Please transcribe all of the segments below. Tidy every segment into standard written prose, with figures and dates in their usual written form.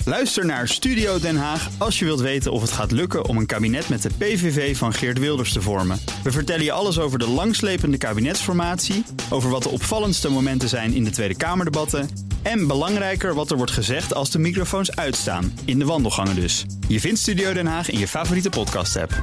Luister naar Studio Den Haag als je wilt weten of het gaat lukken om een kabinet met de PVV van Geert Wilders te vormen. We vertellen je alles over de langslepende kabinetsformatie, over wat de opvallendste momenten zijn in de Tweede Kamerdebatten en belangrijker wat er wordt gezegd als de microfoons uitstaan, in de wandelgangen dus. Je vindt Studio Den Haag in je favoriete podcast-app.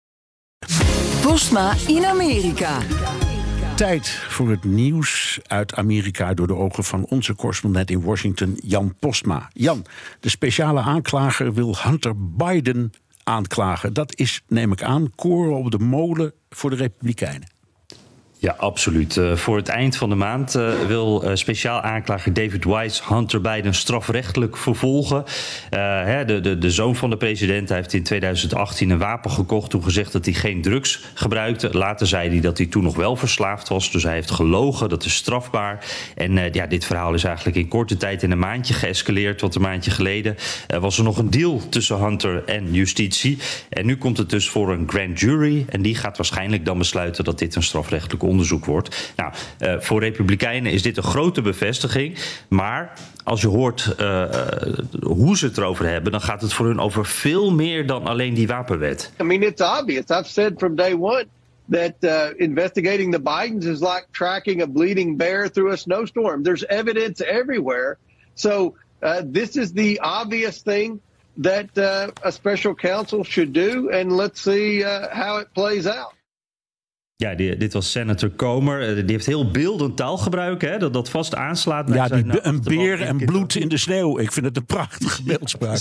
Postma in Amerika. Tijd voor het nieuws uit Amerika door de ogen van onze correspondent in Washington, Jan Postma. Jan, de speciale aanklager wil Hunter Biden aanklagen. Dat is, neem ik aan, koren op de molen voor de Republikeinen. Ja, absoluut. Voor het eind van de maand wil speciaal aanklager David Weiss Hunter Biden strafrechtelijk vervolgen. De zoon van de president heeft in 2018 een wapen gekocht. Toen gezegd dat hij geen drugs gebruikte. Later zei hij dat hij toen nog wel verslaafd was. Dus hij heeft gelogen. Dat is strafbaar. En dit verhaal is eigenlijk in korte tijd in een maandje geëscaleerd. Want een maandje geleden was er nog een deal tussen Hunter en justitie. En nu komt het dus voor een grand jury. En die gaat waarschijnlijk dan besluiten dat dit een strafrechtelijk onderzoek wordt. Nou, voor Republikeinen is dit een grote bevestiging. Maar als je hoort hoe ze het erover hebben, dan gaat het voor hun over veel meer dan alleen die wapenwet. I mean, it's obvious. I've said from day one that investigating the Bidens is like tracking a bleeding bear through a snowstorm. There's evidence everywhere. So this is the obvious thing that a special counsel should do. And let's see how it plays out. Ja, dit was senator Comer. Die heeft heel beeldend taalgebruik, hè, dat vast aanslaat. Ja, een beer en bloed in de sneeuw. Ik vind het een prachtige beeldspraak.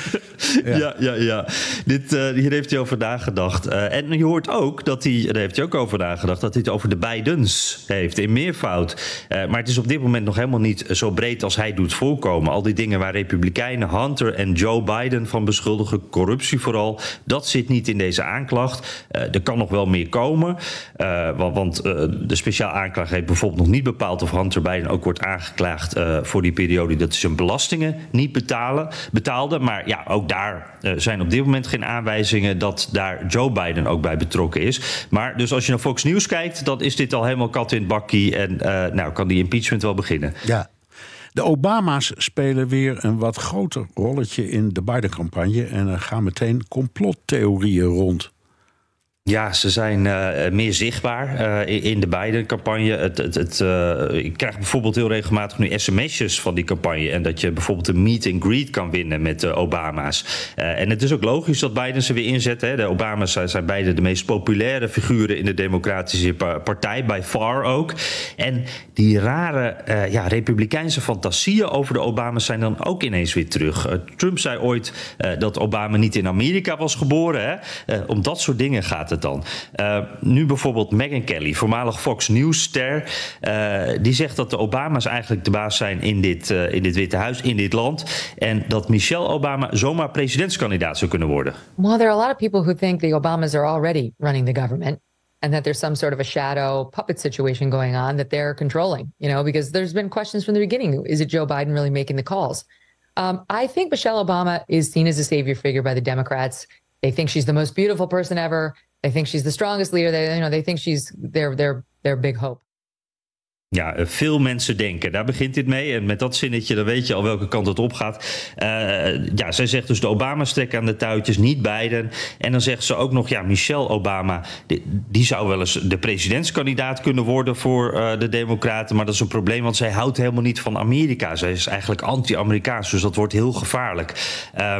Ja. Hier heeft hij over nagedacht. En je hoort ook daar heeft hij ook over nagedacht, dat hij het over de Bidens heeft, in meervoud. Maar het is op dit moment nog helemaal niet zo breed als hij doet voorkomen. Al die dingen waar Republikeinen Hunter en Joe Biden van beschuldigen, corruptie vooral, dat zit niet in deze aanklacht. Er kan nog wel meer komen. Want de speciaal aanklager heeft bijvoorbeeld nog niet bepaald of Hunter Biden ook wordt aangeklaagd voor die periode dat hij zijn belastingen niet betaalde. Maar ja, ook daar zijn op dit moment geen aanwijzingen dat daar Joe Biden ook bij betrokken is. Maar dus als je naar Fox News kijkt, dan is dit al helemaal kat in het bakkie en kan die impeachment wel beginnen. Ja. De Obama's spelen weer een wat groter rolletje in de Biden-campagne en er gaan meteen complottheorieën rond. Ja, ze zijn meer zichtbaar in de Biden-campagne. Ik krijg bijvoorbeeld heel regelmatig nu sms'jes van die campagne. En dat je bijvoorbeeld een meet and greet kan winnen met de Obama's. En het is ook logisch dat Biden ze weer inzet. Hè. De Obama's zijn beide de meest populaire figuren in de Democratische Partij. By far ook. En die rare republikeinse fantasieën over de Obama's zijn dan ook ineens weer terug. Trump zei ooit dat Obama niet in Amerika was geboren. Hè. Om dat soort dingen gaat het dan. Nu bijvoorbeeld Megyn Kelly, voormalig Fox News-ster, die zegt dat de Obama's eigenlijk de baas zijn in dit Witte Huis, in dit land. En dat Michelle Obama zomaar presidentskandidaat zou kunnen worden. Well, there are a lot of people who think the Obamas are already running the government. And that there's some sort of a shadow puppet situation going on that they're controlling, because there's been questions from the beginning. Is it Joe Biden really making the calls? I think Michelle Obama is seen as a savior figure by the Democrats. They think she's the most beautiful person ever. They think she's the strongest leader. They think she's their big hope. Ja, veel mensen denken. Daar begint dit mee. En met dat zinnetje, dan weet je al welke kant het op gaat. Zij zegt dus de Obama's trekken aan de touwtjes, niet Biden. En dan zegt ze ook nog, Michelle Obama, die zou wel eens de presidentskandidaat kunnen worden voor de Democraten. Maar dat is een probleem, want zij houdt helemaal niet van Amerika. Zij is eigenlijk anti-Amerikaans, dus dat wordt heel gevaarlijk.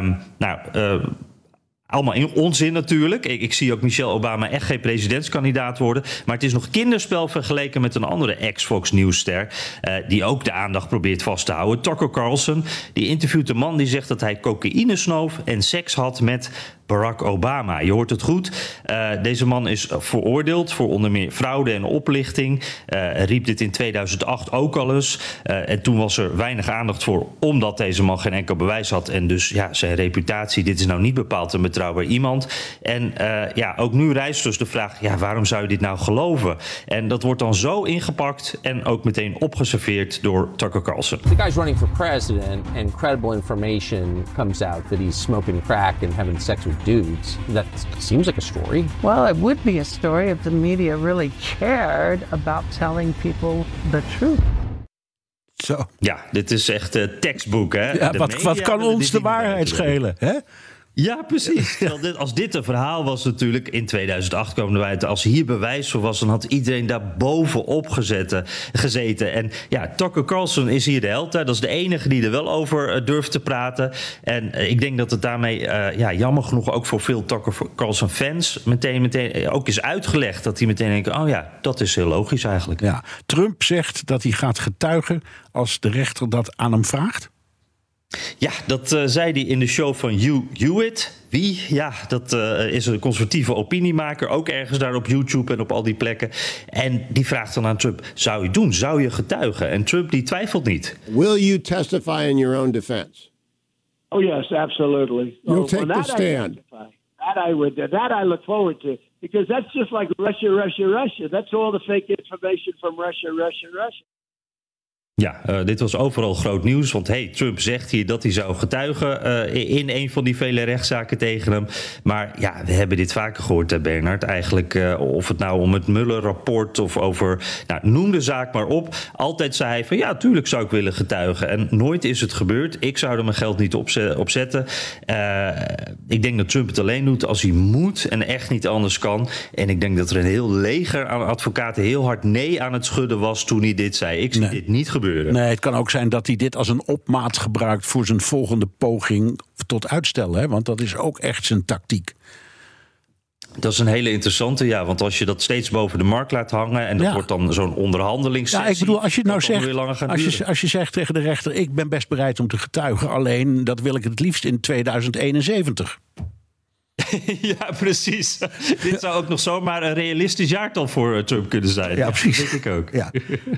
Allemaal onzin natuurlijk. Ik zie ook Michelle Obama echt geen presidentskandidaat worden. Maar het is nog kinderspel vergeleken met een andere ex-Fox News-ster... die ook de aandacht probeert vast te houden. Tucker Carlson, die interviewt een man die zegt dat hij cocaïne snoof en seks had met Barack Obama. Je hoort het goed. Deze man is veroordeeld voor onder meer fraude en oplichting. Riep dit in 2008 ook al eens. En toen was er weinig aandacht voor, omdat deze man geen enkel bewijs had. En dus zijn reputatie, dit is nou niet bepaald een betrouwbaar iemand. En ook nu rijst dus de vraag, waarom zou je dit nou geloven? En dat wordt dan zo ingepakt en ook meteen opgeserveerd door Tucker Carlson. The guy's running for president and credible information comes out that he's smoking crack and having sex with dudes. That seems like a story. Well, it would be a story if the media really cared about telling people the truth. Zo. Ja, dit is echt tekstboek, hè? Ja, wat kan ons de waarheid schelen, hè? Ja, precies. Als dit een verhaal was natuurlijk, in 2008 kwamen wij uit. Als hier bewijs voor was, dan had iedereen daar bovenop gezeten. En ja, Tucker Carlson is hier de held. Hè. Dat is de enige die er wel over durft te praten. En ik denk dat het daarmee, jammer genoeg ook voor veel Tucker Carlson fans meteen ook is uitgelegd. Dat die meteen denken, oh ja, dat is heel logisch eigenlijk. Ja, Trump zegt dat hij gaat getuigen als de rechter dat aan hem vraagt. Ja, dat zei hij in de show van Hugh Hewitt. Wie? Ja, dat is een conservatieve opiniemaker. Ook ergens daar op YouTube en op al die plekken. En die vraagt dan aan Trump, zou je doen? Zou je getuigen? En Trump die twijfelt niet. Will you testify in your own defense? Oh yes, absolutely. You'll take the stand. That I look forward to. Because that's just like Russia. That's all the fake information from Russia. Ja, dit was overal groot nieuws. Want Trump zegt hier dat hij zou getuigen in een van die vele rechtszaken tegen hem. Maar ja, we hebben dit vaker gehoord, Bernard. Eigenlijk, of het nou om het Mueller-rapport of over... Nou, noem de zaak maar op. Altijd zei hij van ja, tuurlijk zou ik willen getuigen. En nooit is het gebeurd. Ik zou er mijn geld niet op zetten. Ik denk dat Trump het alleen doet als hij moet en echt niet anders kan. En ik denk dat er een heel leger aan advocaten heel hard nee aan het schudden was toen hij dit zei. Ik zie dit niet gebeuren. Nee, het kan ook zijn dat hij dit als een opmaat gebruikt voor zijn volgende poging tot uitstel. Hè? Want dat is ook echt zijn tactiek. Dat is een hele interessante, ja. Want als je dat steeds boven de markt laat hangen... en dat wordt dan zo'n onderhandelingssessie... Ja, ik bedoel, als je het nou zegt... Als je zegt tegen de rechter... ik ben best bereid om te getuigen... alleen dat wil ik het liefst in 2071... Ja, precies. Dit zou ook nog zomaar een realistisch jaartal voor Trump kunnen zijn. Ja, precies. Dat denk ik ook. Ja.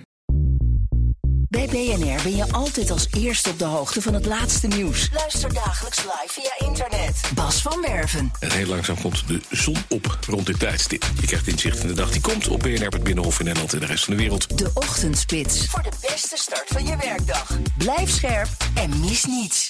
Bij BNR ben je altijd als eerste op de hoogte van het laatste nieuws. Luister dagelijks live via internet. Bas van Werven. En heel langzaam komt de zon op rond dit tijdstip. Je krijgt inzicht in de dag die komt op BNR, het Binnenhof in Nederland en de rest van de wereld. De Ochtendspits. Voor de beste start van je werkdag. Blijf scherp en mis niets.